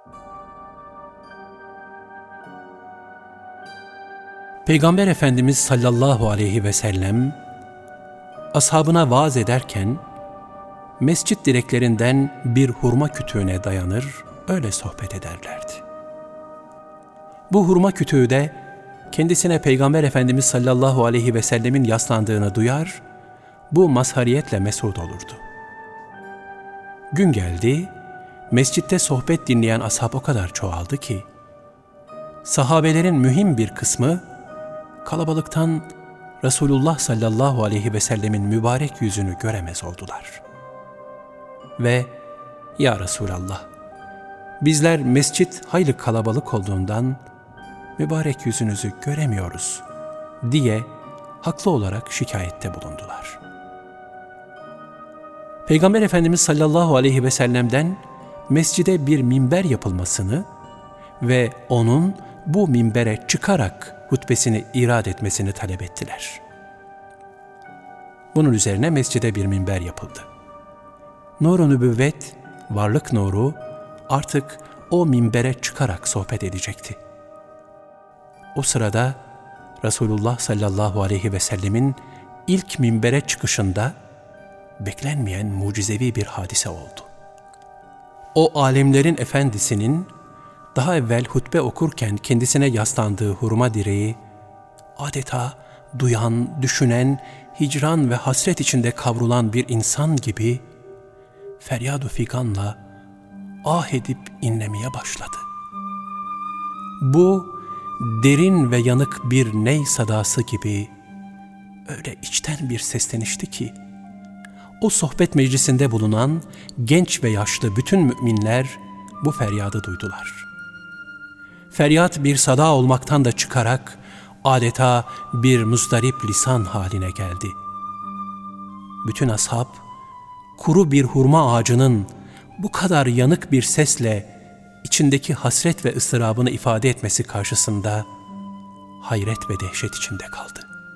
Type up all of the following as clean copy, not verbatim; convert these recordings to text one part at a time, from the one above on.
Peygamber Efendimiz sallallahu aleyhi ve sellem ashabına vaaz ederken mescit direklerinden bir hurma kütüğüne dayanır, öyle sohbet ederlerdi. Bu hurma kütüğü de kendisine Peygamber Efendimiz sallallahu aleyhi ve sellemin yaslandığını duyar, bu mazhariyetle mesut olurdu. Gün geldi, mescitte sohbet dinleyen ashab o kadar çoğaldı ki, sahabelerin mühim bir kısmı kalabalıktan Resulullah sallallahu aleyhi ve sellemin mübarek yüzünü göremez oldular. Ve "Ya Resulallah, bizler mescit hayli kalabalık olduğundan mübarek yüzünüzü göremiyoruz" diye haklı olarak şikayette bulundular. Peygamber Efendimiz sallallahu aleyhi ve sellem'den mescide bir minber yapılmasını ve onun bu minbere çıkarak hutbesini irad etmesini talep ettiler. Bunun üzerine mescide bir minber yapıldı. Nur-u nübüvvet, varlık nuru artık o minbere çıkarak sohbet edecekti. O sırada Resulullah sallallahu aleyhi ve sellemin ilk minbere çıkışında beklenmeyen mucizevi bir hadise oldu. O alemlerin efendisinin daha evvel hutbe okurken kendisine yaslandığı hurma direği, adeta duyan, düşünen, hicran ve hasret içinde kavrulan bir insan gibi feryad-ı figanla ah edip inlemeye başladı. Bu derin ve yanık bir ney sadası gibi öyle içten bir seslenişti ki, o sohbet meclisinde bulunan genç ve yaşlı bütün müminler bu feryadı duydular. Feryat bir sada olmaktan da çıkarak adeta bir muzdarip lisan haline geldi. Bütün ashab, kuru bir hurma ağacının bu kadar yanık bir sesle içindeki hasret ve ıstırabını ifade etmesi karşısında hayret ve dehşet içinde kaldı.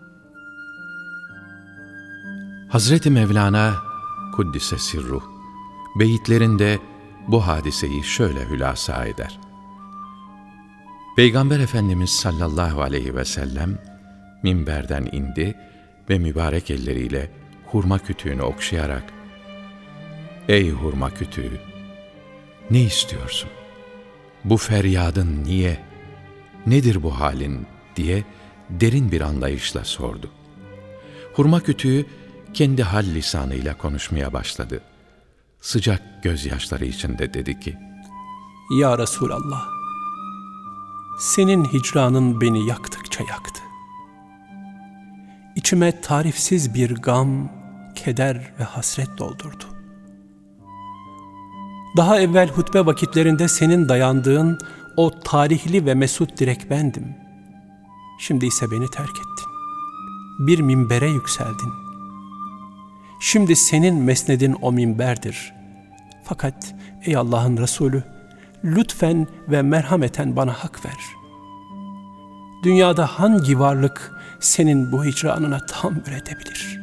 Hazreti Mevlana Kuddise Sirruh beyitlerinde bu hadiseyi şöyle hülasa eder. Peygamber Efendimiz sallallahu aleyhi ve sellem minberden indi ve mübarek elleriyle hurma kütüğünü okşayarak "Ey hurma kütüğü, ne istiyorsun? Bu feryadın niye? Nedir bu halin?" diye derin bir anlayışla sordu. Hurma kütüğü kendi hal lisanıyla konuşmaya başladı. Sıcak gözyaşları içinde dedi ki, "Ya Resulallah, senin hicranın beni yaktıkça yaktı. İçime tarifsiz bir gam, keder ve hasret doldurdu. Daha evvel hutbe vakitlerinde senin dayandığın o tarihli ve mesut direk bendim. Şimdi ise beni terk ettin. Bir minbere yükseldin. Şimdi senin mesnedin o minberdir. Fakat ey Allah'ın Resulü, lütfen ve merhameten bana hak ver. Dünyada hangi varlık senin bu hicranına tahammül edebilir?"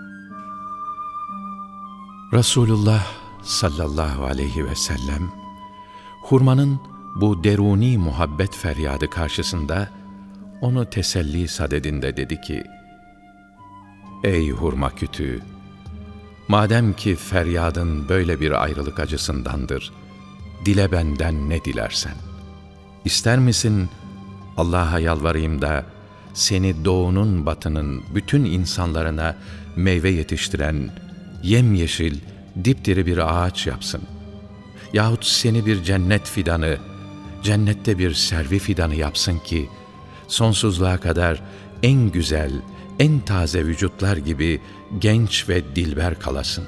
Resulullah sallallahu aleyhi ve sellem, hurmanın bu deruni muhabbet feryadı karşısında onu teselli sadedinde dedi ki, "Ey hurma kütüğü, madem ki feryadın böyle bir ayrılık acısındandır, dile benden ne dilersen. İster misin Allah'a yalvarayım da seni doğunun batının bütün insanlarına meyve yetiştiren yemyeşil, dipdiri bir ağaç yapsın. Yahut seni bir cennet fidanı, cennette bir servi fidanı yapsın ki sonsuzluğa kadar en güzel, en taze vücutlar gibi genç ve dilber kalasın."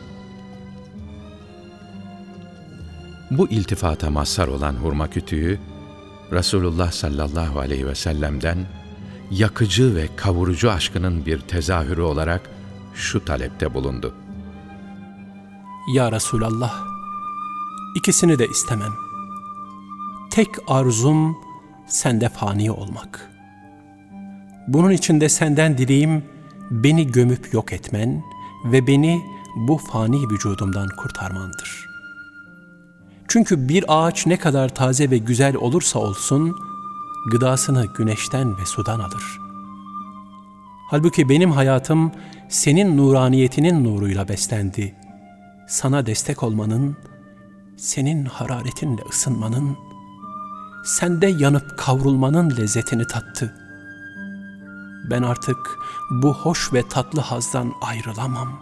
Bu iltifata mazhar olan hurma kütüğü, Resulullah sallallahu aleyhi ve sellem'den yakıcı ve kavurucu aşkının bir tezahürü olarak şu talepte bulundu. "Ya Resulallah, ikisini de istemem. Tek arzum sende fani olmak. Bunun için de senden dileğim beni gömüp yok etmen ve beni bu fani vücudumdan kurtarmandır. Çünkü bir ağaç ne kadar taze ve güzel olursa olsun, gıdasını güneşten ve sudan alır. Halbuki benim hayatım senin nuraniyetinin nuruyla beslendi. Sana destek olmanın, senin hararetinle ısınmanın, sende yanıp kavrulmanın lezzetini tattı. Ben artık bu hoş ve tatlı hazdan ayrılamam.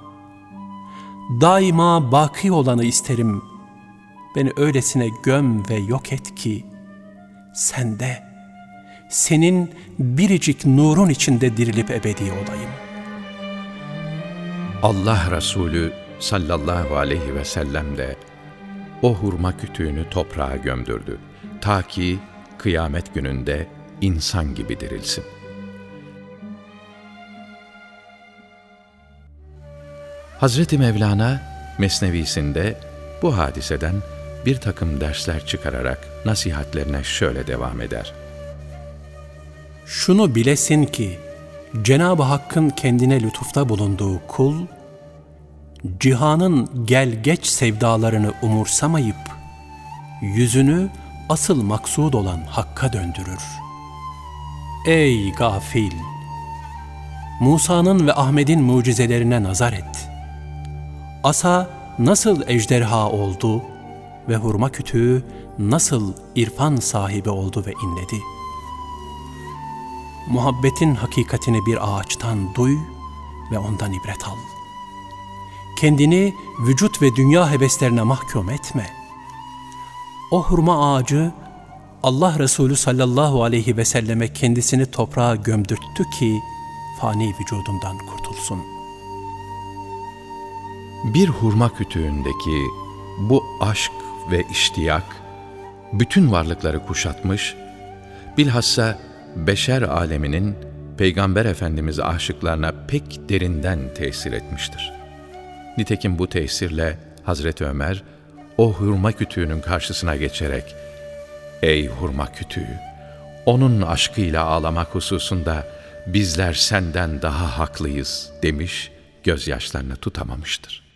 Daima baki olanı isterim. Beni öylesine göm ve yok et ki, sende, senin biricik nurun içinde dirilip ebedi olayım. Allah Resulü sallallahu aleyhi ve sellem de o hurma kütüğünü toprağa gömdürdü. Ta ki kıyamet gününde insan gibi dirilsin. Hazreti Mevlana Mesnevisinde bu hadiseden bir takım dersler çıkararak nasihatlerine şöyle devam eder. Şunu bilesin ki, Cenab-ı Hakk'ın kendine lütufta bulunduğu kul, cihanın gel-geç sevdalarını umursamayıp, yüzünü asıl maksud olan Hakk'a döndürür. Ey gafil! Musa'nın ve Ahmet'in mucizelerine nazar et. Asa nasıl ejderha oldu ve hurma kütüğü nasıl irfan sahibi oldu ve inledi. Muhabbetin hakikatini bir ağaçtan duy ve ondan ibret al. Kendini vücut ve dünya heveslerine mahkum etme. O hurma ağacı Allah Resulü sallallahu aleyhi ve selleme kendisini toprağa gömdürttü ki fani vücudundan kurtulsun. Bir hurma kütüğündeki bu aşk ve iştiyak bütün varlıkları kuşatmış, bilhassa beşer aleminin Peygamber Efendimiz aşıklarına pek derinden tesir etmiştir. Nitekim bu tesirle Hazreti Ömer o hurma kütüğünün karşısına geçerek "Ey hurma kütüğü, onun aşkıyla ağlamak hususunda bizler senden daha haklıyız" demiş, gözyaşlarını tutamamıştır.